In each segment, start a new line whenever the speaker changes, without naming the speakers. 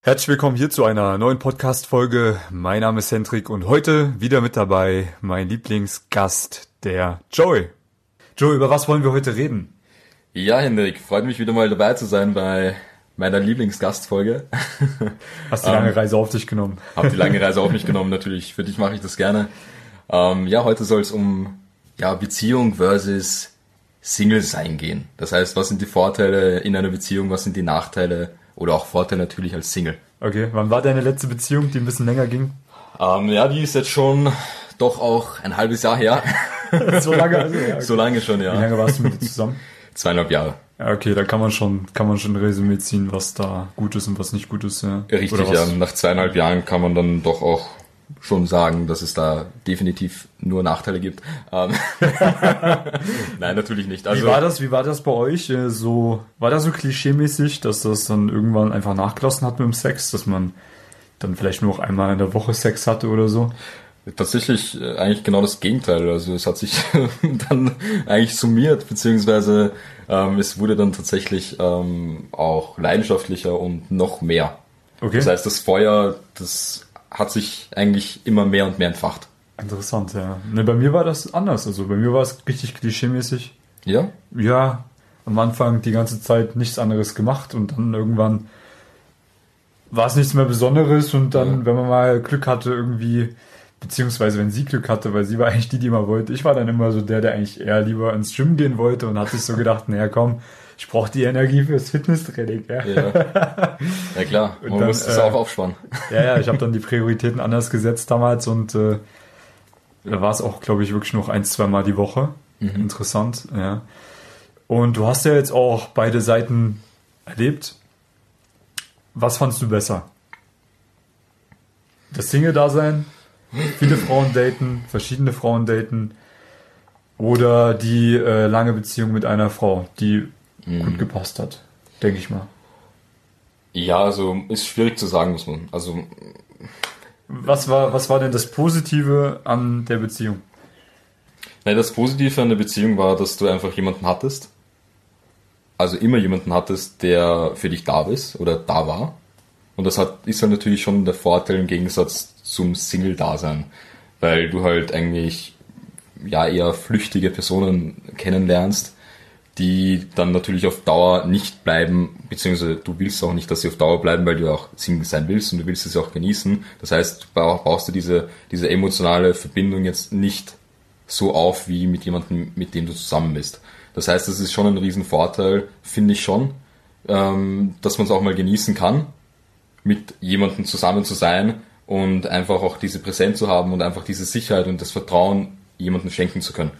Herzlich willkommen hier zu einer neuen Podcast-Folge. Mein Name ist Hendrik und heute wieder mit dabei mein Lieblingsgast, der Joey. Joey, über was wollen wir heute reden?
Ja, Hendrik, freut mich wieder mal dabei zu sein bei meiner Lieblingsgastfolge.
Hast die lange Reise auf dich genommen?
Hab die lange Reise auf mich genommen, natürlich. Für dich mache ich das gerne. Heute soll es um Beziehung versus Single-Sein gehen. Das heißt, was sind die Vorteile in einer Beziehung, was sind die Nachteile oder auch Vorteile natürlich als Single.
Okay, wann war deine letzte Beziehung, die ein bisschen länger ging?
Die ist jetzt schon doch auch ein halbes Jahr her.
So lange? Also, ja, okay.
So lange schon, ja.
Wie lange warst du mit dir zusammen?
2,5 Jahre.
Ja, okay, da kann man schon ein Resümee ziehen, was da gut ist und was nicht gut ist. Ja.
Richtig, ja. Nach 2,5 Jahren kann man dann doch auch schon sagen, dass es da definitiv nur Nachteile gibt. Nein, natürlich nicht. Also,
Wie war das bei euch? War das so klischeemäßig, dass das dann irgendwann einfach nachgelassen hat mit dem Sex, dass man dann vielleicht nur noch einmal in der Woche Sex hatte oder so?
Tatsächlich eigentlich genau das Gegenteil. Also es hat sich dann eigentlich summiert, beziehungsweise es wurde dann tatsächlich auch leidenschaftlicher und noch mehr.
Okay.
Das heißt, das Feuer, das hat sich eigentlich immer mehr und mehr entfacht.
Interessant, ja. Ne, bei mir war das anders. Also bei mir war es richtig klischeemäßig.
Ja?
Ja, am Anfang die ganze Zeit nichts anderes gemacht und dann irgendwann war es nichts mehr Besonderes und dann, wenn man mal Glück hatte irgendwie, beziehungsweise wenn sie Glück hatte, weil sie war eigentlich die immer wollte. Ich war dann immer so der eigentlich eher lieber ins Gym gehen wollte und hat sich so gedacht, naja komm, ich brauche die Energie fürs Fitnesstraining. Ja,
ja klar, man muss das auch aufspannen.
Ja, ich habe dann die Prioritäten anders gesetzt damals und da war es auch, glaube ich, wirklich noch 1-2 Mal die Woche. Mhm. Interessant, ja. Und du hast ja jetzt auch beide Seiten erlebt. Was fandst du besser? Das Single-Dasein, viele Frauen daten, verschiedene Frauen daten oder die lange Beziehung mit einer Frau, die gut gepasst hat, denke ich mal.
Ja, also ist schwierig zu sagen, muss man. Also
was war denn das Positive an der Beziehung?
Nein, das Positive an der Beziehung war, dass du einfach jemanden hattest. Also immer jemanden hattest, der für dich da ist oder da war. Und das ist halt natürlich schon der Vorteil im Gegensatz zum Single-Dasein. Weil du halt eigentlich eher flüchtige Personen kennenlernst, die dann natürlich auf Dauer nicht bleiben, beziehungsweise du willst auch nicht, dass sie auf Dauer bleiben, weil du auch Single sein willst und du willst es auch genießen. Das heißt, du baust du diese emotionale Verbindung jetzt nicht so auf wie mit jemandem, mit dem du zusammen bist. Das heißt, das ist schon ein Riesenvorteil, finde ich schon, dass man es auch mal genießen kann, mit jemandem zusammen zu sein und einfach auch diese Präsenz zu haben und einfach diese Sicherheit und das Vertrauen jemandem schenken zu können.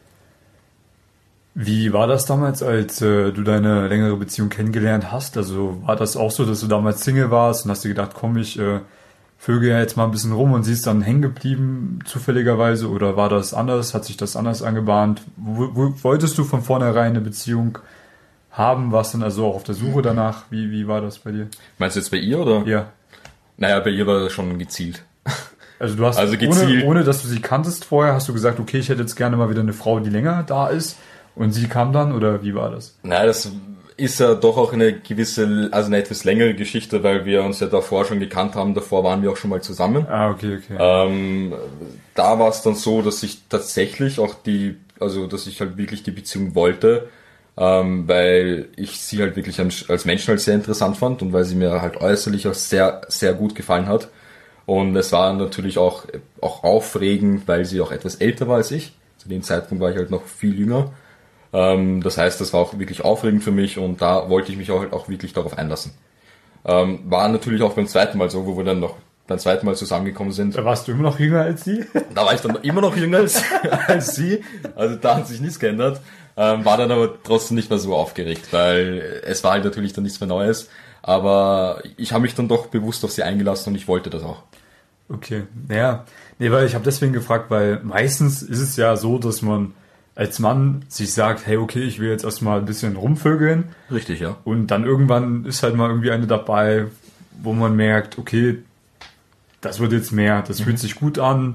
Wie war das damals, als du deine längere Beziehung kennengelernt hast? Also war das auch so, dass du damals Single warst und hast dir gedacht, komm, ich vögel ja jetzt mal ein bisschen rum und sie ist dann hängen geblieben, zufälligerweise? Oder war das anders? Hat sich das anders angebahnt? Wolltest du von vornherein eine Beziehung haben? Warst du dann also auch auf der Suche danach? Wie war das bei dir?
Meinst du jetzt bei ihr, oder?
Ja.
Naja, bei ihr war das schon gezielt.
Also du hast, ohne dass du sie kanntest vorher, hast du gesagt, okay, ich hätte jetzt gerne mal wieder eine Frau, die länger da ist. Und sie kam dann, oder wie war das?
Nein, das ist ja doch auch eine etwas längere Geschichte, weil wir uns ja davor schon gekannt haben. Davor waren wir auch schon mal zusammen.
Ah, okay.
Da war es dann so, dass ich tatsächlich auch dass ich halt wirklich die Beziehung wollte, weil ich sie halt wirklich als Menschen halt sehr interessant fand und weil sie mir halt äußerlich auch sehr, sehr gut gefallen hat. Und es war natürlich auch aufregend, weil sie auch etwas älter war als ich. Zu dem Zeitpunkt war ich halt noch viel jünger. Das heißt, das war auch wirklich aufregend für mich und da wollte ich mich auch wirklich darauf einlassen. War natürlich auch beim zweiten Mal so, wo wir dann noch beim zweiten Mal zusammengekommen sind.
Da warst du immer noch jünger als sie?
Da war ich dann immer noch jünger als sie. Also da hat sich nichts geändert. War dann aber trotzdem nicht mehr so aufgeregt, weil es war halt natürlich dann nichts mehr Neues. Aber ich habe mich dann doch bewusst auf sie eingelassen und ich wollte das auch.
Okay, naja. Nee, weil ich habe deswegen gefragt, weil meistens ist es ja so, dass man als Mann sich sagt, hey, okay, ich will jetzt erstmal ein bisschen rumvögeln.
Richtig, ja.
Und dann irgendwann ist halt mal irgendwie eine dabei, wo man merkt, okay, das wird jetzt mehr, das fühlt sich gut an,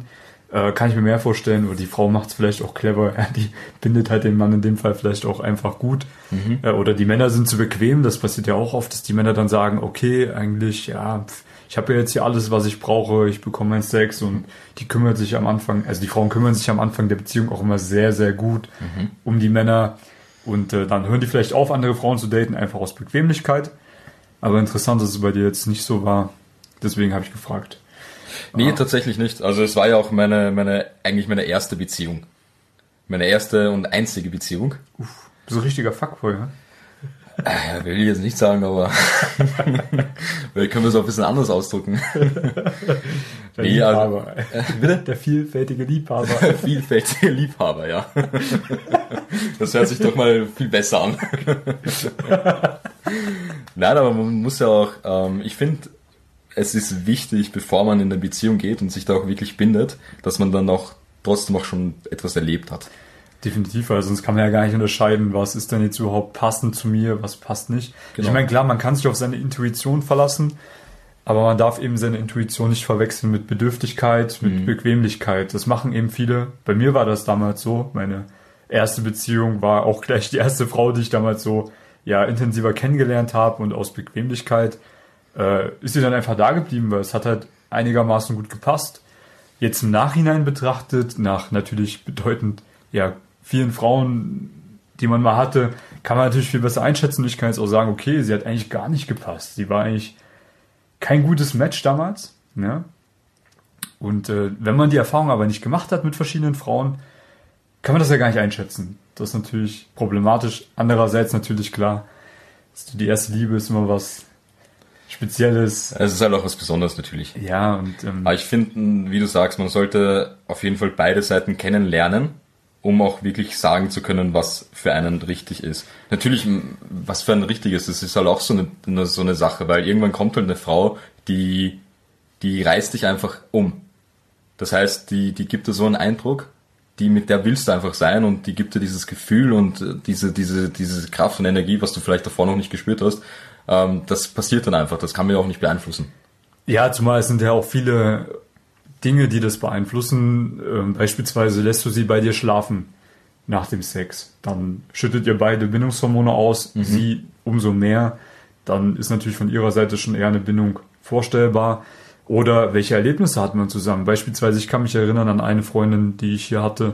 kann ich mir mehr vorstellen. Oder die Frau macht es vielleicht auch clever. Ja, die bindet halt den Mann in dem Fall vielleicht auch einfach gut. Oder die Männer sind zu bequem. Das passiert ja auch oft, dass die Männer dann sagen, okay, eigentlich, ja, ich habe ja jetzt hier alles, was ich brauche. Ich bekomme meinen Sex. Und die kümmert sich am Anfang, also die Frauen kümmern sich am Anfang der Beziehung auch immer sehr, sehr gut um die Männer. Und dann hören die vielleicht auf, andere Frauen zu daten, einfach aus Bequemlichkeit. Aber interessant, dass es bei dir jetzt nicht so war. Deswegen habe ich gefragt.
Nee, tatsächlich nicht. Also es war ja auch eigentlich meine erste Beziehung. Meine erste und einzige Beziehung.
So richtiger Fuckboy, ne?
Will ich jetzt nicht sagen, aber vielleicht können wir es auch ein bisschen anders ausdrücken.
Der Liebhaber. Bitte? Der vielfältige Liebhaber.
Vielfältige Liebhaber, ja. Das hört sich doch mal viel besser an. Nein, aber man muss ja auch, ich finde, es ist wichtig, bevor man in eine Beziehung geht und sich da auch wirklich bindet, dass man dann auch trotzdem auch schon etwas erlebt hat.
Definitiv, weil sonst kann man ja gar nicht unterscheiden, was ist denn jetzt überhaupt passend zu mir, was passt nicht. Genau. Ich meine, klar, man kann sich auf seine Intuition verlassen, aber man darf eben seine Intuition nicht verwechseln mit Bedürftigkeit, mit Bequemlichkeit. Das machen eben viele. Bei mir war das damals so. Meine erste Beziehung war auch gleich die erste Frau, die ich damals so intensiver kennengelernt habe, und aus Bequemlichkeit ist sie dann einfach da geblieben, weil es hat halt einigermaßen gut gepasst. Jetzt im Nachhinein betrachtet, nach natürlich bedeutend vielen Frauen, die man mal hatte, kann man natürlich viel besser einschätzen. Ich kann jetzt auch sagen, okay, sie hat eigentlich gar nicht gepasst. Sie war eigentlich kein gutes Match damals. Ja? Und wenn man die Erfahrung aber nicht gemacht hat mit verschiedenen Frauen, kann man das ja gar nicht einschätzen. Das ist natürlich problematisch. Andererseits natürlich klar, die erste Liebe ist immer was Spezielles.
Es ist halt auch was Besonderes natürlich.
Ja, und
aber ich finde, wie du sagst, man sollte auf jeden Fall beide Seiten kennenlernen, um auch wirklich sagen zu können, was für einen richtig ist. Natürlich, was für einen richtig ist, das ist halt auch so eine Sache, weil irgendwann kommt halt eine Frau, die reißt dich einfach um. Das heißt, die gibt dir so einen Eindruck, mit der willst du einfach sein, und die gibt dir dieses Gefühl und diese Kraft und Energie, was du vielleicht davor noch nicht gespürt hast. Das passiert dann einfach, das kann man ja auch nicht beeinflussen.
Ja, zumal es sind ja auch viele Dinge, die das beeinflussen. Beispielsweise lässt du sie bei dir schlafen nach dem Sex. Dann schüttet ihr beide Bindungshormone aus, sie umso mehr. Dann ist natürlich von ihrer Seite schon eher eine Bindung vorstellbar. Oder welche Erlebnisse hat man zusammen? Beispielsweise, ich kann mich erinnern an eine Freundin, die ich hier hatte,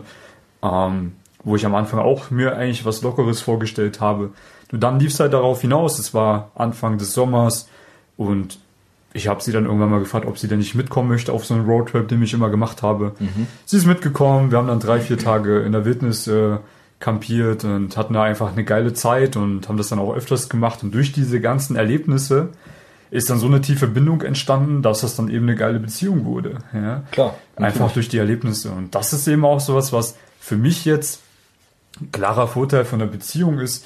wo ich am Anfang auch mir eigentlich was Lockeres vorgestellt habe. Und dann lief es halt darauf hinaus. Es war Anfang des Sommers und ich habe sie dann irgendwann mal gefragt, ob sie denn nicht mitkommen möchte auf so einen Roadtrip, den ich immer gemacht habe. Sie ist mitgekommen, wir haben dann 3-4 Tage in der Wildnis campiert und hatten da einfach eine geile Zeit und haben das dann auch öfters gemacht. Und durch diese ganzen Erlebnisse ist dann so eine tiefe Bindung entstanden, dass das dann eben eine geile Beziehung wurde. Ja?
Klar.
Einfach durch die Erlebnisse. Und das ist eben auch sowas, was für mich jetzt ein klarer Vorteil von der Beziehung ist.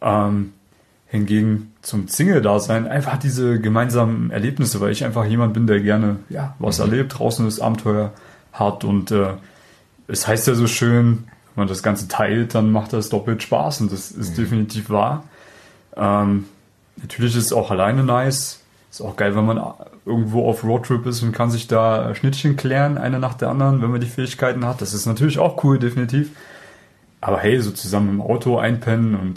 Hingegen zum Single-Dasein einfach diese gemeinsamen Erlebnisse, weil ich einfach jemand bin, der gerne was erlebt, draußen das Abenteuer hat. Und es heißt ja so schön, wenn man das Ganze teilt, dann macht das doppelt Spaß. Und das ist definitiv wahr. Natürlich ist es auch alleine nice. Ist auch geil, wenn man irgendwo auf Roadtrip ist und kann sich da Schnittchen klären, eine nach der anderen, wenn man die Fähigkeiten hat. Das ist natürlich auch cool, definitiv. Aber hey, so zusammen im Auto einpennen und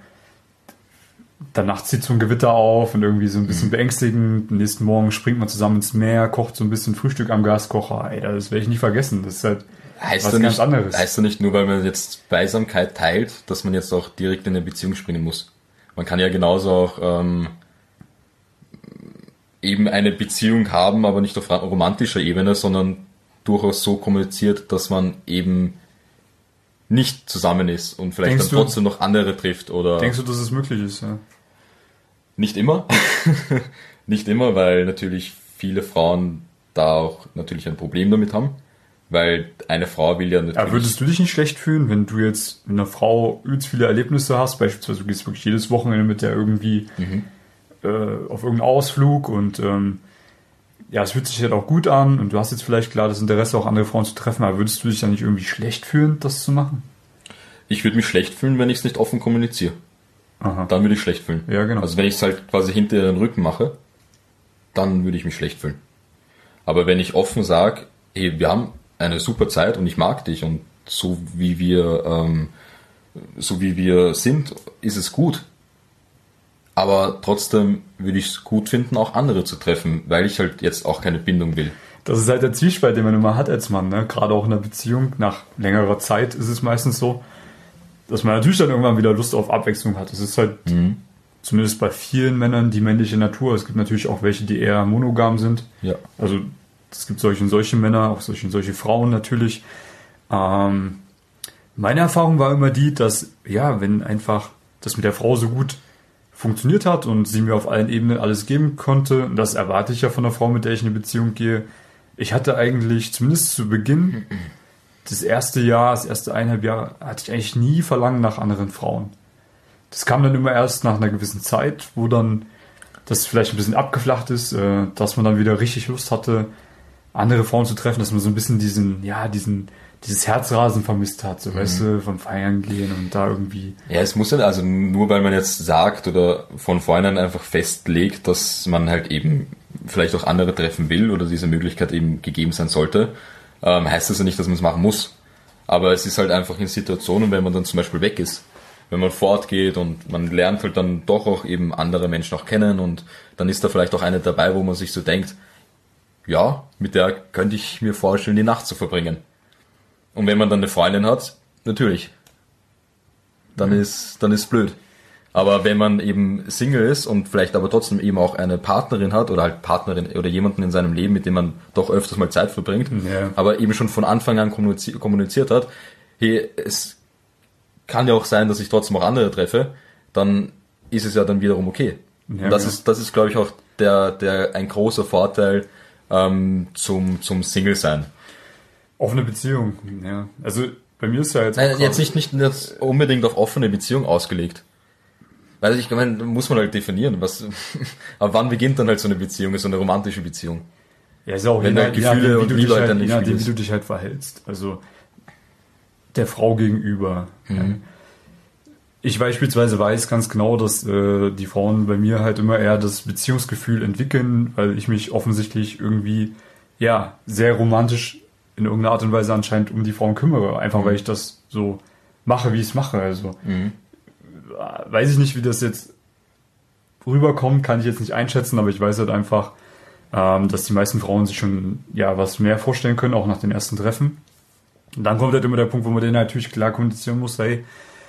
danach zieht so ein Gewitter auf und irgendwie so ein bisschen beängstigend. Am nächsten Morgen springt man zusammen ins Meer, kocht so ein bisschen Frühstück am Gaskocher. Ey, das werde ich nie vergessen. Das ist halt was ganz anderes.
Heißt ja nicht nur, weil man jetzt Beisamkeit teilt, dass man jetzt auch direkt in eine Beziehung springen muss. Man kann ja genauso auch eben eine Beziehung haben, aber nicht auf romantischer Ebene, sondern durchaus so kommuniziert, dass man eben nicht zusammen ist und vielleicht dann trotzdem noch andere trifft. Oder
denkst du, dass es möglich ist? Ja?
Nicht immer. Nicht immer, weil natürlich viele Frauen da auch natürlich ein Problem damit haben. Weil eine Frau will ja natürlich...
Aber würdest du dich nicht schlecht fühlen, wenn du jetzt mit einer Frau übelst viele Erlebnisse hast? Beispielsweise du gehst wirklich jedes Wochenende mit der irgendwie auf irgendeinen Ausflug und es fühlt sich halt auch gut an und du hast jetzt vielleicht klar das Interesse, auch andere Frauen zu treffen, aber würdest du dich dann nicht irgendwie schlecht fühlen, das zu machen?
Ich würde mich schlecht fühlen, wenn ich es nicht offen kommuniziere. Aha. Dann würde ich schlecht fühlen.
Ja, genau.
Also wenn ich es halt quasi hinter ihren Rücken mache, dann würde ich mich schlecht fühlen. Aber wenn ich offen sage, hey, wir haben eine super Zeit und ich mag dich und so wie wir sind, ist es gut. Aber trotzdem würde ich es gut finden, auch andere zu treffen, weil ich halt jetzt auch keine Bindung will.
Das ist halt der Zwiespalt, den man immer hat als Mann, ne? Gerade auch in einer Beziehung. Nach längerer Zeit ist es meistens so, dass man natürlich dann irgendwann wieder Lust auf Abwechslung hat. Das ist halt zumindest bei vielen Männern die männliche Natur. Es gibt natürlich auch welche, die eher monogam sind.
Ja.
Also es gibt solche und solche Männer, auch solche und solche Frauen natürlich. Meine Erfahrung war immer die, dass, ja, wenn einfach das mit der Frau so gut funktioniert hat und sie mir auf allen Ebenen alles geben konnte, und das erwarte ich ja von der Frau, mit der ich in eine Beziehung gehe, ich hatte eigentlich, zumindest zu Beginn, das erste 1,5 Jahr, hatte ich eigentlich nie Verlangen nach anderen Frauen. Das kam dann immer erst nach einer gewissen Zeit, wo dann das vielleicht ein bisschen abgeflacht ist, dass man dann wieder richtig Lust hatte, andere Frauen zu treffen, dass man so ein bisschen dieses Herzrasen vermisst hat, so weißt du, vom Feiern gehen und da irgendwie.
Ja, es muss ja, also nur weil man jetzt sagt oder von vornherein einfach festlegt, dass man halt eben vielleicht auch andere treffen will oder diese Möglichkeit eben gegeben sein sollte, heißt das ja nicht, dass man es machen muss. Aber es ist halt einfach in Situationen, wenn man dann zum Beispiel weg ist, wenn man fortgeht und man lernt halt dann doch auch eben andere Menschen auch kennen und dann ist da vielleicht auch eine dabei, wo man sich so denkt, ja, mit der könnte ich mir vorstellen, die Nacht zu verbringen. Und wenn man dann eine Freundin hat, natürlich, dann ist blöd. Aber wenn man eben Single ist und vielleicht aber trotzdem eben auch eine Partnerin hat oder halt Partnerin oder jemanden in seinem Leben, mit dem man doch öfters mal Zeit verbringt, aber eben schon von Anfang an kommuniziert hat, hey, es kann ja auch sein, dass ich trotzdem auch andere treffe, dann ist es ja dann wiederum okay. Ja, und das ist, glaube ich, auch ein großer Vorteil zum Single-Sein.
Offene Beziehung, ja. Also bei mir ist ja jetzt...
Nein, jetzt nicht unbedingt auf offene Beziehung ausgelegt. Weil ich meine, muss man halt definieren, aber wann beginnt dann halt so eine Beziehung, so eine romantische Beziehung?
Ja, ist auch
wenn halt Gefühle und Liebe halt dann nicht
wie du dich halt verhältst. Also der Frau gegenüber.
Mhm.
Ich beispielsweise weiß ganz genau, dass die Frauen bei mir halt immer eher das Beziehungsgefühl entwickeln, weil ich mich offensichtlich irgendwie sehr romantisch in irgendeiner Art und Weise anscheinend um die Frauen kümmere. Einfach weil ich das so mache, wie ich es mache. Also weiß ich nicht, wie das jetzt rüberkommt, kann ich jetzt nicht einschätzen, aber ich weiß halt einfach, dass die meisten Frauen sich schon was mehr vorstellen können, auch nach den ersten Treffen. Und dann kommt halt immer der Punkt, wo man denen natürlich klar kommunizieren muss, hey,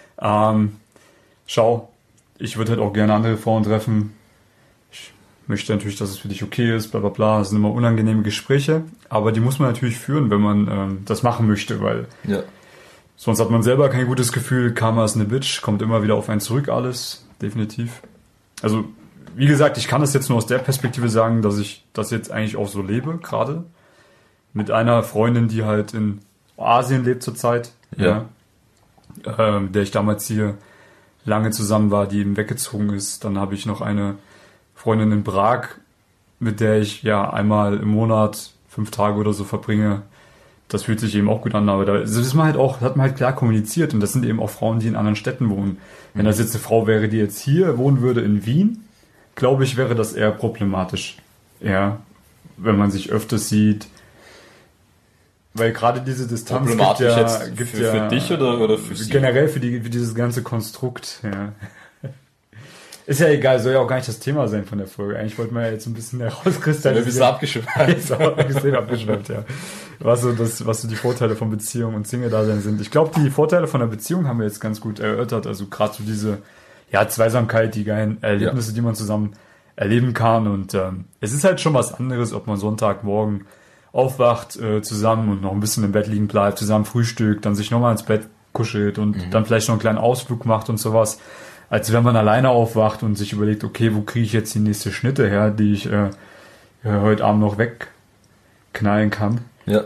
schau, ich würde halt auch gerne andere Frauen treffen. Ich möchte natürlich, dass es für dich okay ist, bla bla bla. Das sind immer unangenehme Gespräche, aber die muss man natürlich führen, wenn man das machen möchte, weil sonst hat man selber kein gutes Gefühl. Karma ist eine Bitch, kommt immer wieder auf einen zurück, alles, definitiv. Also, wie gesagt, ich kann das jetzt nur aus der Perspektive sagen, dass ich das jetzt eigentlich auch so lebe, gerade. Mit einer Freundin, die halt in Asien lebt zurzeit, mit der ich damals hier lange zusammen war, die eben weggezogen ist. Dann habe ich noch eine Freundin in Prag, mit der ich einmal im Monat 5 Tage oder so verbringe. Das fühlt sich eben auch gut an, aber da ist man halt auch, hat man halt klar kommuniziert und das sind eben auch Frauen, die in anderen Städten wohnen. Wenn das jetzt eine Frau wäre, die jetzt hier wohnen würde in Wien, glaube ich, wäre das eher problematisch. Ja, wenn man sich öfters sieht. Weil gerade diese Distanz
gibt für dich oder für sie?
Generell für dieses ganze Konstrukt, ja. Ist ja egal, soll ja auch gar nicht das Thema sein von der Folge. Eigentlich wollten wir ja jetzt ein bisschen herauskristallisieren.
Ja, wir sind
abgeschweift, ja. Was so die Vorteile von Beziehung und Single-Dasein sind. Ich glaube, die Vorteile von der Beziehung haben wir jetzt ganz gut erörtert. Also gerade so diese Zweisamkeit, die geilen Erlebnisse, die man zusammen erleben kann. Und es ist halt schon was anderes, ob man Sonntagmorgen aufwacht zusammen und noch ein bisschen im Bett liegen bleibt, zusammen frühstückt, dann sich nochmal ins Bett kuschelt und dann vielleicht noch einen kleinen Ausflug macht und sowas. Als wenn man alleine aufwacht und sich überlegt, okay, wo kriege ich jetzt die nächste Schnitte her, die ich heute Abend noch wegknallen kann.
Ja.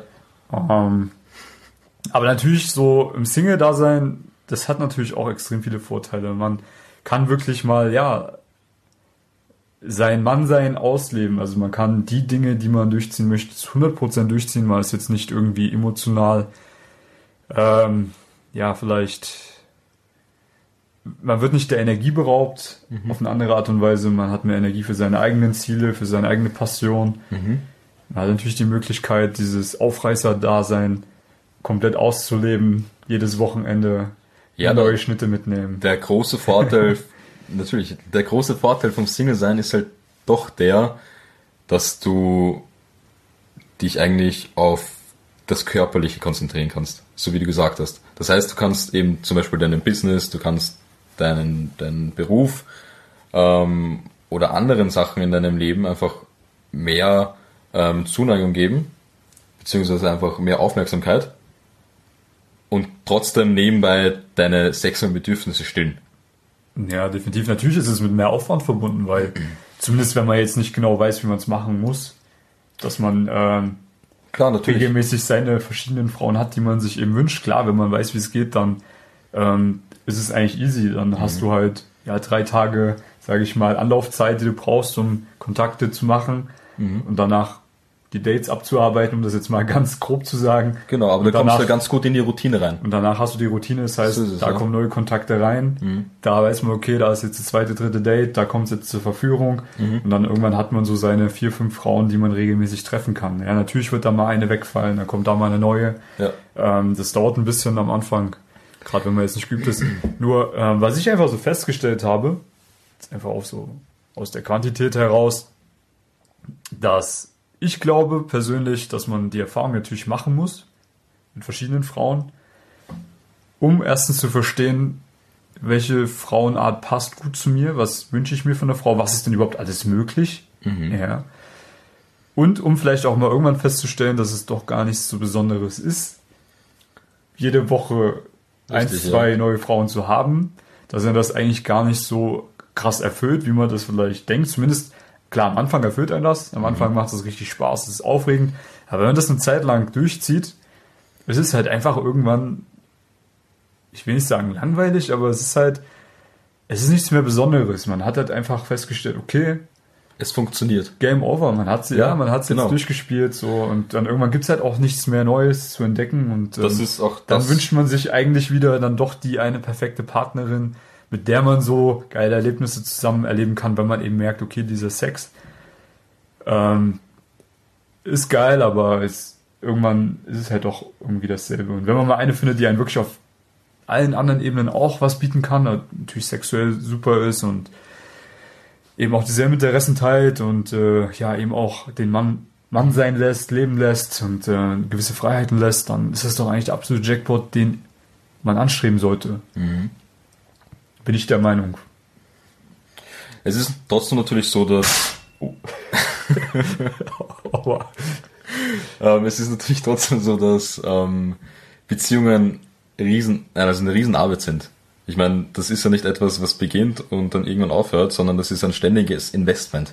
Aber natürlich so im Single-Dasein, das hat natürlich auch extrem viele Vorteile. Man kann wirklich mal, sein Mannsein ausleben. Also man kann die Dinge, die man durchziehen möchte, zu 100% durchziehen, weil es jetzt nicht irgendwie emotional, vielleicht, man wird nicht der Energie beraubt auf eine andere Art und Weise. Man hat mehr Energie für seine eigenen Ziele, für seine eigene Passion. Man hat natürlich die Möglichkeit, dieses Aufreißer-Dasein komplett auszuleben, jedes Wochenende neue Schnitte mitnehmen.
Der große Vorteil, natürlich, der große Vorteil vom Single-Sein ist halt doch der, dass du dich eigentlich auf das Körperliche konzentrieren kannst, so wie du gesagt hast. Das heißt, du kannst eben zum Beispiel deinen Business, du kannst deinen Beruf oder anderen Sachen in deinem Leben einfach mehr Zuneigung geben, beziehungsweise einfach mehr Aufmerksamkeit und trotzdem nebenbei deine sexuellen Bedürfnisse stillen.
Ja, definitiv. Natürlich ist es mit mehr Aufwand verbunden, weil zumindest wenn man jetzt nicht genau weiß, wie man es machen muss, dass man
Klar, natürlich.
regelmäßig seine verschiedenen Frauen hat, die man sich eben wünscht. Klar, wenn man weiß, wie es geht, dann ist es eigentlich easy. Dann hast du halt 3 Tage, sage ich mal, Anlaufzeit, die du brauchst, um Kontakte zu machen und danach die Dates abzuarbeiten, um das jetzt mal ganz grob zu sagen.
Genau, aber da kommst du ganz gut in die Routine rein.
Und danach hast du die Routine, das heißt, da kommen neue Kontakte rein, da weiß man, okay, da ist jetzt das 2., 3. Date, da kommt es jetzt zur Verführung und dann irgendwann hat man so seine 4, 5 Frauen, die man regelmäßig treffen kann. Ja, natürlich wird da mal eine wegfallen, dann kommt da mal eine neue. Ja. Das dauert ein bisschen am Anfang, gerade wenn man jetzt nicht geübt ist. Nur, was ich einfach so festgestellt habe, ist einfach auch so aus der Quantität heraus, dass ich glaube persönlich, dass man die Erfahrung natürlich machen muss mit verschiedenen Frauen, um erstens zu verstehen, welche Frauenart passt gut zu mir, was wünsche ich mir von der Frau, was ist denn überhaupt alles möglich. Ja. Und um vielleicht auch mal irgendwann festzustellen, dass es doch gar nichts so Besonderes ist, jede Woche 1, 2 neue Frauen zu haben, dass er das eigentlich gar nicht so krass erfüllt, wie man das vielleicht denkt. Zumindest, klar, am Anfang erfüllt einen das. Am Anfang macht es richtig Spaß, es ist aufregend. Aber wenn man das eine Zeit lang durchzieht, es ist halt einfach irgendwann, ich will nicht sagen langweilig, aber es ist nichts mehr Besonderes. Man hat halt einfach festgestellt, okay,
es funktioniert.
Game over, man hat sie jetzt durchgespielt so und dann irgendwann gibt's halt auch nichts mehr Neues zu entdecken und
das ist auch
dann wünscht man sich eigentlich wieder dann doch die eine perfekte Partnerin, mit der man so geile Erlebnisse zusammen erleben kann, weil man eben merkt, okay, dieser Sex ist geil, aber irgendwann ist es halt doch irgendwie dasselbe. Und wenn man mal eine findet, die einen wirklich auf allen anderen Ebenen auch was bieten kann, natürlich sexuell super ist und eben auch dieselben Interessen teilt und eben auch den Mann sein lässt, leben lässt und gewisse Freiheiten lässt, dann ist das doch eigentlich der absolute Jackpot, den man anstreben sollte. Bin ich der Meinung.
Es ist trotzdem natürlich so, dass es ist natürlich trotzdem so, dass Beziehungen eine Riesenarbeit sind. Ich meine, das ist ja nicht etwas, was beginnt und dann irgendwann aufhört, sondern das ist ein ständiges Investment.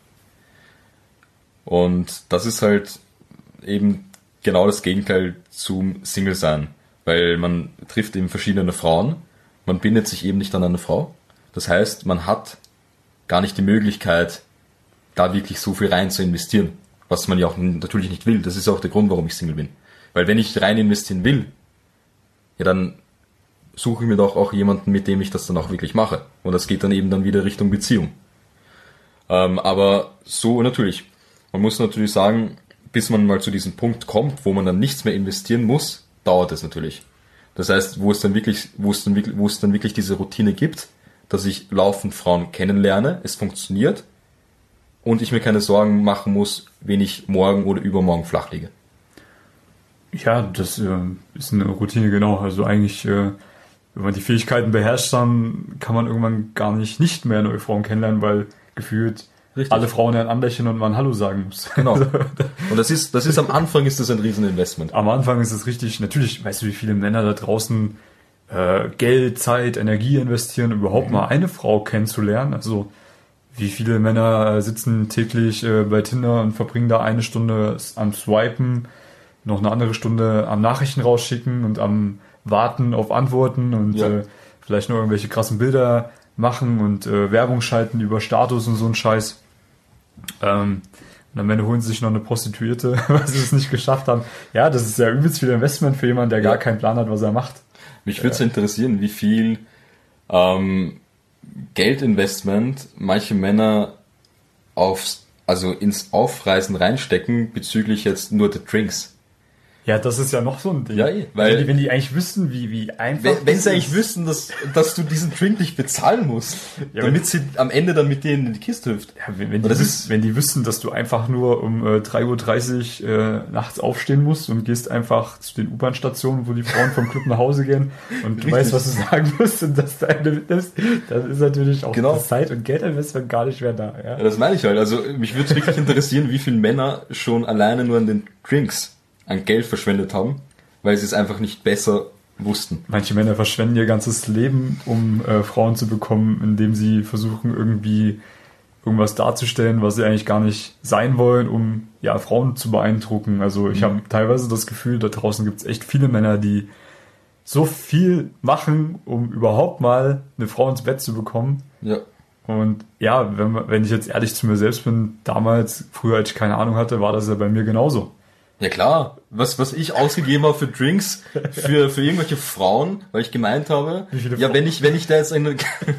Und das ist halt eben genau das Gegenteil zum Single-Sein. Weil man trifft eben verschiedene Frauen, man bindet sich eben nicht an eine Frau. Das heißt, man hat gar nicht die Möglichkeit, da wirklich so viel rein zu investieren. Was man ja auch natürlich nicht will. Das ist auch der Grund, warum ich Single bin. Weil wenn ich rein investieren will, ja dann suche ich mir doch auch jemanden, mit dem ich das dann auch wirklich mache. Und das geht dann eben dann wieder Richtung Beziehung. Aber so natürlich. Man muss natürlich sagen, bis man mal zu diesem Punkt kommt, wo man dann nichts mehr investieren muss, dauert es natürlich. Das heißt, wo es dann wirklich diese Routine gibt, dass ich laufend Frauen kennenlerne, es funktioniert und ich mir keine Sorgen machen muss, wen ich morgen oder übermorgen flach liege.
Ja, das ist eine Routine, genau. Also eigentlich, wenn man die Fähigkeiten beherrscht, dann kann man irgendwann gar nicht mehr neue Frauen kennenlernen, weil gefühlt alle Frauen ein Anlächeln und mal ein Hallo sagen muss.
Genau. Und das ist am Anfang ist das ein Rieseninvestment.
Am Anfang ist es richtig, natürlich, weißt du, wie viele Männer da draußen Geld, Zeit, Energie investieren, überhaupt mal eine Frau kennenzulernen. Also wie viele Männer sitzen täglich bei Tinder und verbringen da 1 Stunde am Swipen, noch eine andere Stunde am Nachrichten rausschicken und am Warten auf Antworten und vielleicht noch irgendwelche krassen Bilder machen und Werbung schalten über Status und so ein Scheiß. Und am Ende holen sie sich noch eine Prostituierte, weil sie es nicht geschafft haben. Ja, das ist ja übelst viel Investment für jemanden, der gar keinen Plan hat, was er macht.
Mich würde es interessieren, wie viel Geldinvestment manche Männer also ins Aufreißen reinstecken bezüglich jetzt nur der Drinks.
Ja, das ist ja noch so ein Ding.
Ja, weil
also wenn die eigentlich wüssten, wie einfach.
Wenn sie eigentlich wüssten, dass du diesen Drink nicht bezahlen musst, ja, damit sie am Ende dann mit denen in die Kiste hüpft.
Ja, wenn die wüssten, dass du einfach nur um 3:30 Uhr nachts aufstehen musst und gehst einfach zu den U-Bahn-Stationen, wo die Frauen vom Club nach Hause gehen und du weißt, was du sagen musst und dass du eine mitnimmst, dann ist natürlich auch das Zeit- und Geldinvestment gar nicht mehr da. Ja?
Ja, das meine ich halt. Also mich würde wirklich interessieren, wie viele Männer schon alleine nur an den Drinks an Geld verschwendet haben, weil sie es einfach nicht besser wussten.
Manche Männer verschwenden ihr ganzes Leben, um Frauen zu bekommen, indem sie versuchen, irgendwie irgendwas darzustellen, was sie eigentlich gar nicht sein wollen, um ja Frauen zu beeindrucken. Also ich habe teilweise das Gefühl, da draußen gibt es echt viele Männer, die so viel machen, um überhaupt mal eine Frau ins Bett zu bekommen.
Ja.
Und ja, wenn ich jetzt ehrlich zu mir selbst bin, damals, früher als ich keine Ahnung hatte, war das ja bei mir genauso.
Ja klar, was ich ausgegeben habe für Drinks, für irgendwelche Frauen, weil ich gemeint habe, ja Frauen? wenn ich da jetzt eine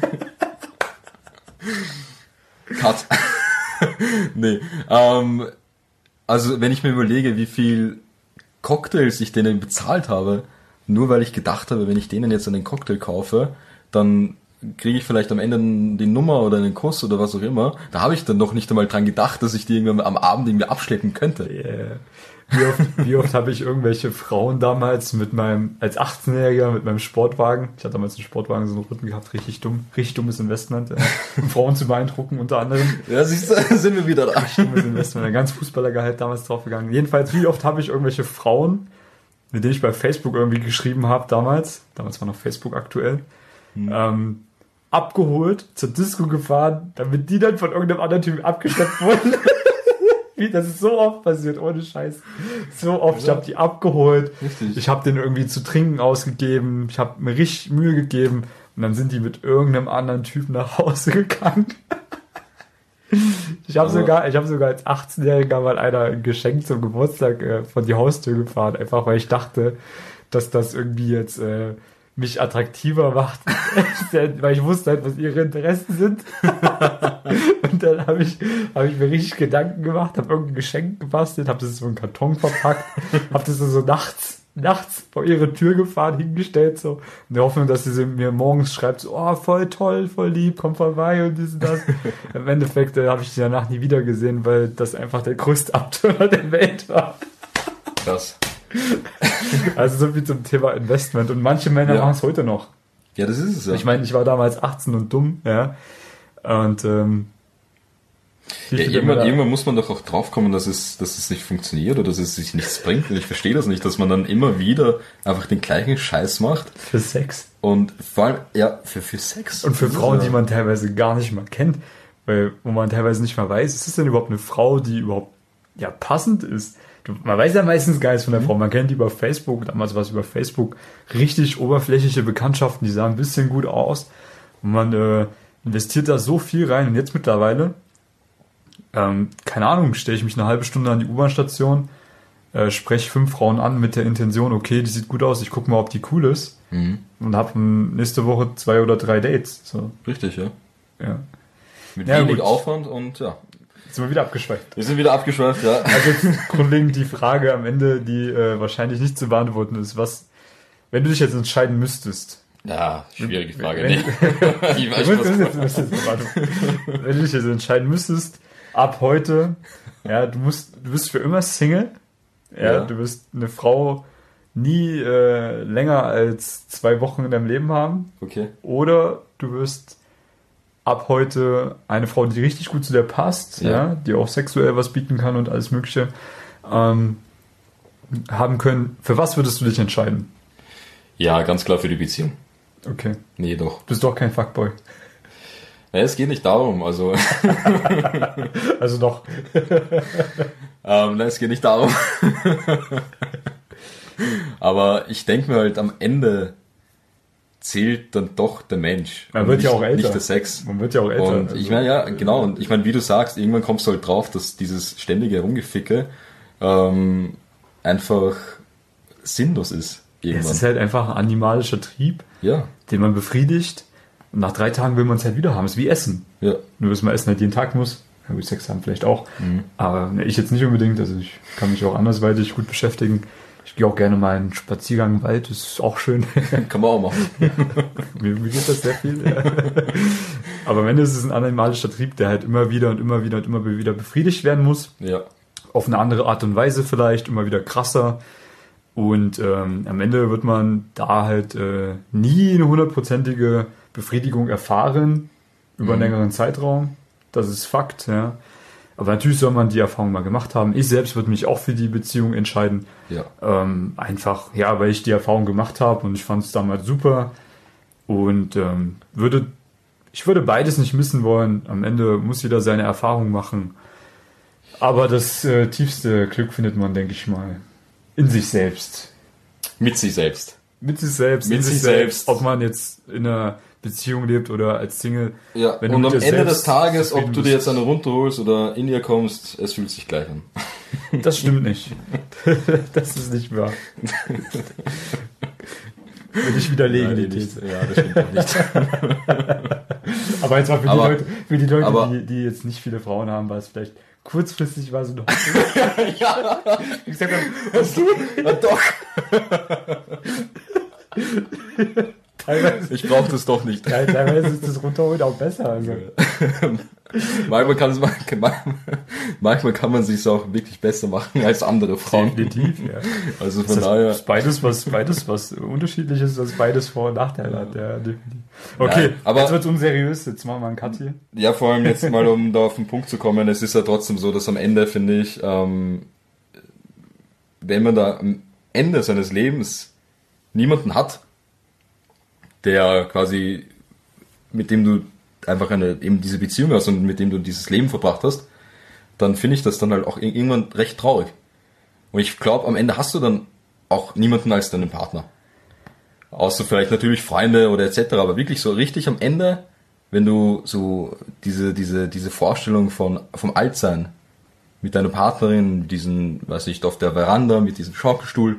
Cut. Nee, also wenn ich mir überlege, wie viel Cocktails ich denen bezahlt habe, nur weil ich gedacht habe, wenn ich denen jetzt einen Cocktail kaufe, dann kriege ich vielleicht am Ende die Nummer oder einen Kuss oder was auch immer. Da habe ich dann noch nicht einmal dran gedacht, dass ich die irgendwann am Abend irgendwie abschleppen könnte.
Yeah. Wie oft habe ich irgendwelche Frauen damals als 18-Jähriger mit meinem Sportwagen, ich hatte damals einen Sportwagen, so einen roten gehabt, richtig dummes Investment, um Frauen zu beeindrucken unter anderem.
Ja, siehst du, sind wir wieder da.
Richtig dummes Investment, ein ganz Fußballergehalt damals draufgegangen. Jedenfalls, wie oft habe ich irgendwelche Frauen, mit denen ich bei Facebook irgendwie geschrieben habe damals war noch Facebook aktuell, abgeholt, zur Disco gefahren, damit die dann von irgendeinem anderen Typen abgeschleppt wurden. Das ist so oft passiert, ohne Scheiß. So oft, ich habe die abgeholt, richtig. Ich habe denen irgendwie zu trinken ausgegeben, ich habe mir richtig Mühe gegeben und dann sind die mit irgendeinem anderen Typen nach Hause gegangen. Ich habe sogar als 18-Jähriger mal ein Geschenk zum Geburtstag vor die Haustür gefahren, einfach weil ich dachte, dass das irgendwie jetzt mich attraktiver macht, weil ich wusste halt, was ihre Interessen sind. Und dann habe ich mir richtig Gedanken gemacht, habe irgendein Geschenk gebastelt, habe das in so einen Karton verpackt, habe das so nachts vor ihre Tür gefahren, hingestellt, so, in der Hoffnung, dass sie mir morgens schreibt, so, oh, voll toll, voll lieb, komm vorbei und dies und das. Im Endeffekt habe ich sie danach nie wieder gesehen, weil das einfach der größte Abtörner der Welt war.
Krass.
Also so viel zum Thema Investment. Und manche Männer machen es heute noch.
Ja, das ist es ja.
Ich meine, ich war damals 18 und dumm, ja. Und
irgendwann muss man doch auch draufkommen, dass es nicht funktioniert oder dass es sich nichts bringt. Und ich verstehe das nicht, dass man dann immer wieder einfach den gleichen Scheiß macht.
Für Sex.
Und vor allem, ja, für Sex.
Und für Frauen, die man teilweise gar nicht mal kennt. Wo man teilweise nicht mal weiß, ist das denn überhaupt eine Frau, die überhaupt passend ist? Man weiß ja meistens gar nichts von der Frau. Man kennt die über Facebook. Damals war es über Facebook richtig oberflächliche Bekanntschaften. Die sahen ein bisschen gut aus. Und man investiert da so viel rein. Und jetzt mittlerweile, keine Ahnung, stelle ich mich eine halbe Stunde an die U-Bahn-Station, spreche 5 Frauen an mit der Intention, okay, die sieht gut aus, ich gucke mal, ob die cool ist. Und habe nächste Woche 2 oder 3 Dates. So.
Richtig, ja. Mit
ja,
wenig
gut.
Aufwand und ja.
Sind wir wieder abgeschweift.
Wir sind wieder abgeschweift, ja.
Also grundlegend die Frage am Ende, die wahrscheinlich nicht zu beantworten ist, wenn du dich jetzt entscheiden müsstest.
Ja, schwierige Frage.
Wenn du dich jetzt entscheiden müsstest, ab heute, ja, du bist für immer Single, ja. Du wirst eine Frau nie länger als 2 Wochen in deinem Leben haben.
Okay.
Oder du wirst ab heute eine Frau, die richtig gut zu dir passt, ja, die auch sexuell was bieten kann und alles Mögliche haben können. Für was würdest du dich entscheiden?
Ja, ganz klar für die Beziehung.
Okay.
Nee, doch.
Du bist doch kein Fuckboy.
Naja, es geht nicht darum, also.
Also doch.
Nein, es geht nicht darum. Aber ich denke mir halt, am Ende zählt dann doch der Mensch.
Man wird ja auch älter.
Nicht der Sex.
Man wird ja auch älter.
Und ich meine, ja, genau. Und ich meine, wie du sagst, irgendwann kommst du halt drauf, dass dieses ständige Herumgeficke einfach sinnlos ist.
Irgendwann. Es ist halt einfach ein animalischer Trieb, den man befriedigt. Und nach 3 Tagen will man es halt wieder haben. Es ist wie Essen.
Ja.
Nur, dass man Essen halt jeden Tag muss. Ja, gut, Sex haben vielleicht auch. Aber ich jetzt nicht unbedingt. Also ich kann mich auch andersweitig gut beschäftigen. Ich gehe auch gerne mal einen Spaziergang im Wald. Das ist auch schön.
Kann man auch machen.
mir geht das sehr viel. Aber am Ende ist es ein animalischer Trieb, der halt immer wieder befriedigt werden muss.
Ja.
Auf eine andere Art und Weise vielleicht, immer wieder krasser. Und am Ende wird man da halt nie eine 100%ige Befriedigung erfahren über einen längeren Zeitraum. Das ist Fakt, ja. Aber natürlich soll man die Erfahrung mal gemacht haben. Ich selbst würde mich auch für die Beziehung entscheiden.
Ja.
Einfach, ja, weil ich die Erfahrung gemacht habe und ich fand es damals super. Und ich würde beides nicht missen wollen. Am Ende muss jeder seine Erfahrung machen. Aber das tiefste Glück findet man, denke ich mal, in sich selbst.
Mit sich selbst.
Mit sich selbst.
Mit sich selbst.
Ob man jetzt in einer Beziehung lebt oder als Single.
Ja,
wenn
und
du
am
mit dir
Ende des
selbst
Tages, ob
zufrieden
du dir
bist.
jetzt eine runterholst oder in ihr kommst, es fühlt sich gleich an.
Das stimmt nicht. Das ist nicht wahr. Will ich widerlegen,
Nein,
die
nicht.
These.
Ja, das stimmt auch nicht.
Aber jetzt mal für die Leute,
aber-
die jetzt nicht viele Frauen haben, war es vielleicht kurzfristig war so eine
Ja,
Ich sag mal,
na doch.
teilweise,
Ich brauche das doch nicht.
teilweise ist das Runterholen auch besser. Also.
Manchmal kann man sich auch wirklich besser machen als andere Frauen.
Definitiv, ja.
Also von
Das
daher.
ist beides was unterschiedlich ist, was beides Vor- und Nachteile hat. Ja, definitiv. Okay,
Nein, aber-
jetzt wird's unseriös. Jetzt machen wir einen Cut hier.
Ja, vor allem jetzt mal, um da auf den Punkt zu kommen, es ist ja trotzdem so, dass am Ende, finde ich, wenn man da am Ende seines Lebens niemanden hat, der quasi, mit dem du einfach eben diese Beziehung hast und mit dem du dieses Leben verbracht hast, dann finde ich das dann halt auch irgendwann recht traurig. Und ich glaube, am Ende hast du dann auch niemanden als deinen Partner. Außer vielleicht natürlich Freunde oder etc., aber wirklich so richtig am Ende, wenn du so diese Vorstellung vom Altsein mit deiner Partnerin, weiß ich, auf der Veranda mit diesem Schaukelstuhl,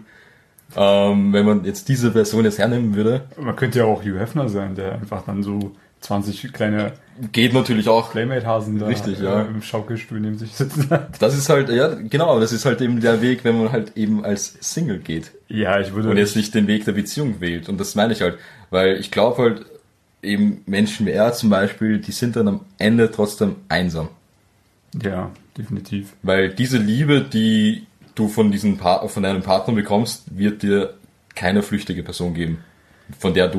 wenn man jetzt diese Version jetzt hernehmen würde,
Man könnte ja auch Hugh Hefner sein, der einfach dann so 20 kleine
geht natürlich auch.
Playmate-Hasen da
Richtig, ja.
im Schaukelstuhl neben sich sitzen hat.
Das ist halt, ja, genau, das ist halt eben der Weg, wenn man halt eben als Single geht
Ja, ich würde...
und jetzt nicht den Weg der Beziehung wählt. Und das meine ich halt, weil ich glaube halt, eben Menschen wie er zum Beispiel, die sind dann am Ende trotzdem einsam.
Ja, definitiv.
Weil diese Liebe, die du von deinem Partner bekommst, wird dir keine flüchtige Person geben, von der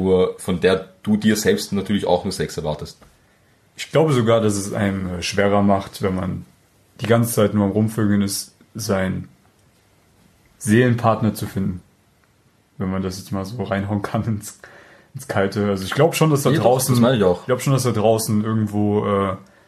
du dir selbst natürlich auch nur Sex erwartest.
Ich glaube sogar, dass es einem schwerer macht, wenn man die ganze Zeit nur am Rumvögeln ist, seinen Seelenpartner zu finden. Wenn man das jetzt mal so reinhauen kann ins Kalte. Also ich glaube schon, dass da
Ja, doch,
draußen...
das meine ich auch.
Ich glaube schon, dass da draußen irgendwo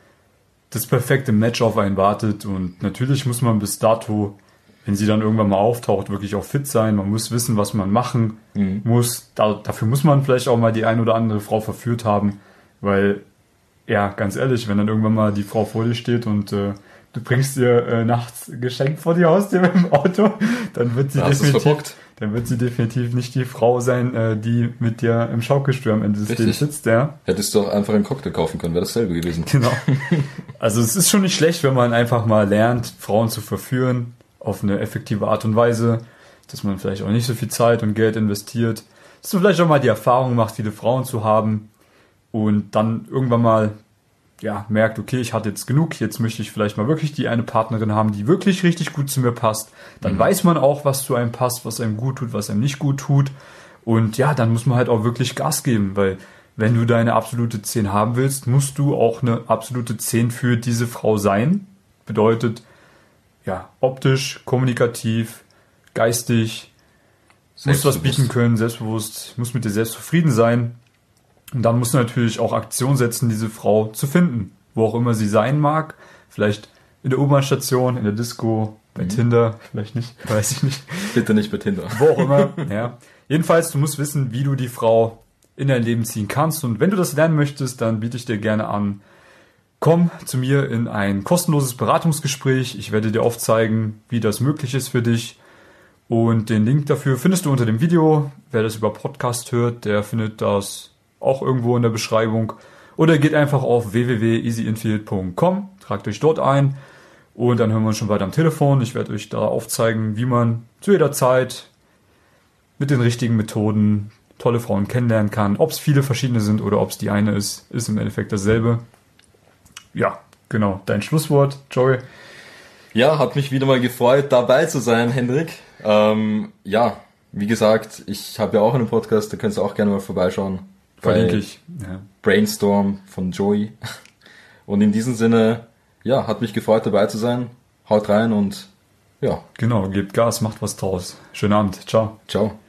das perfekte Match auf einen wartet. Und natürlich muss man bis dato, wenn sie dann irgendwann mal auftaucht, wirklich auch fit sein. Man muss wissen, was man machen muss. Dafür muss man vielleicht auch mal die ein oder andere Frau verführt haben. Weil, ja, ganz ehrlich, wenn dann irgendwann mal die Frau vor dir steht und du bringst ihr nachts Geschenk vor die Haustür mit dem Auto, dann wird sie definitiv nicht die Frau sein, die mit dir im Schaukelstuhl am Ende des
Richtig.
Lebens sitzt. Ja.
Hättest du auch einfach einen Cocktail kaufen können, wäre dasselbe gewesen.
Genau. Also es ist schon nicht schlecht, wenn man einfach mal lernt, Frauen zu verführen auf eine effektive Art und Weise, dass man vielleicht auch nicht so viel Zeit und Geld investiert, dass man vielleicht auch mal die Erfahrung macht, viele Frauen zu haben und dann irgendwann mal merkt, okay, ich hatte jetzt genug, jetzt möchte ich vielleicht mal wirklich die eine Partnerin haben, die wirklich richtig gut zu mir passt. Dann weiß man auch, was zu einem passt, was einem gut tut, was einem nicht gut tut. Und ja, dann muss man halt auch wirklich Gas geben, weil wenn du deine absolute 10 haben willst, musst du auch eine absolute 10 für diese Frau sein. Bedeutet, ja, optisch, kommunikativ, geistig, musst was bieten können, selbstbewusst, musst mit dir selbst zufrieden sein. Und dann musst du natürlich auch Aktion setzen, diese Frau zu finden, wo auch immer sie sein mag. Vielleicht in der U-Bahn-Station, in der Disco, bei Tinder, vielleicht nicht, weiß ich nicht.
Bitte nicht bei Tinder.
Wo auch immer, ja. Jedenfalls, du musst wissen, wie du die Frau in dein Leben ziehen kannst. Und wenn du das lernen möchtest, dann biete ich dir gerne an, komm zu mir in ein kostenloses Beratungsgespräch. Ich werde dir aufzeigen, wie das möglich ist für dich. Und den Link dafür findest du unter dem Video. Wer das über Podcast hört, der findet das auch irgendwo in der Beschreibung. Oder geht einfach auf www.easyinfield.com, tragt euch dort ein und dann hören wir uns schon weiter am Telefon. Ich werde euch da aufzeigen, wie man zu jeder Zeit mit den richtigen Methoden tolle Frauen kennenlernen kann. Ob es viele verschiedene sind oder ob es die eine ist im Endeffekt dasselbe. Ja, genau. Dein Schlusswort, Joey.
Ja, hat mich wieder mal gefreut, dabei zu sein, Hendrik. Ja, wie gesagt, ich habe ja auch einen Podcast, da könnt ihr auch gerne mal vorbeischauen.
Verlinke ich. Ja.
Brainstorm von Joey. Und in diesem Sinne, ja, hat mich gefreut, dabei zu sein. Haut rein und ja.
Genau, gebt Gas, macht was draus. Schönen Abend. Ciao.
Ciao.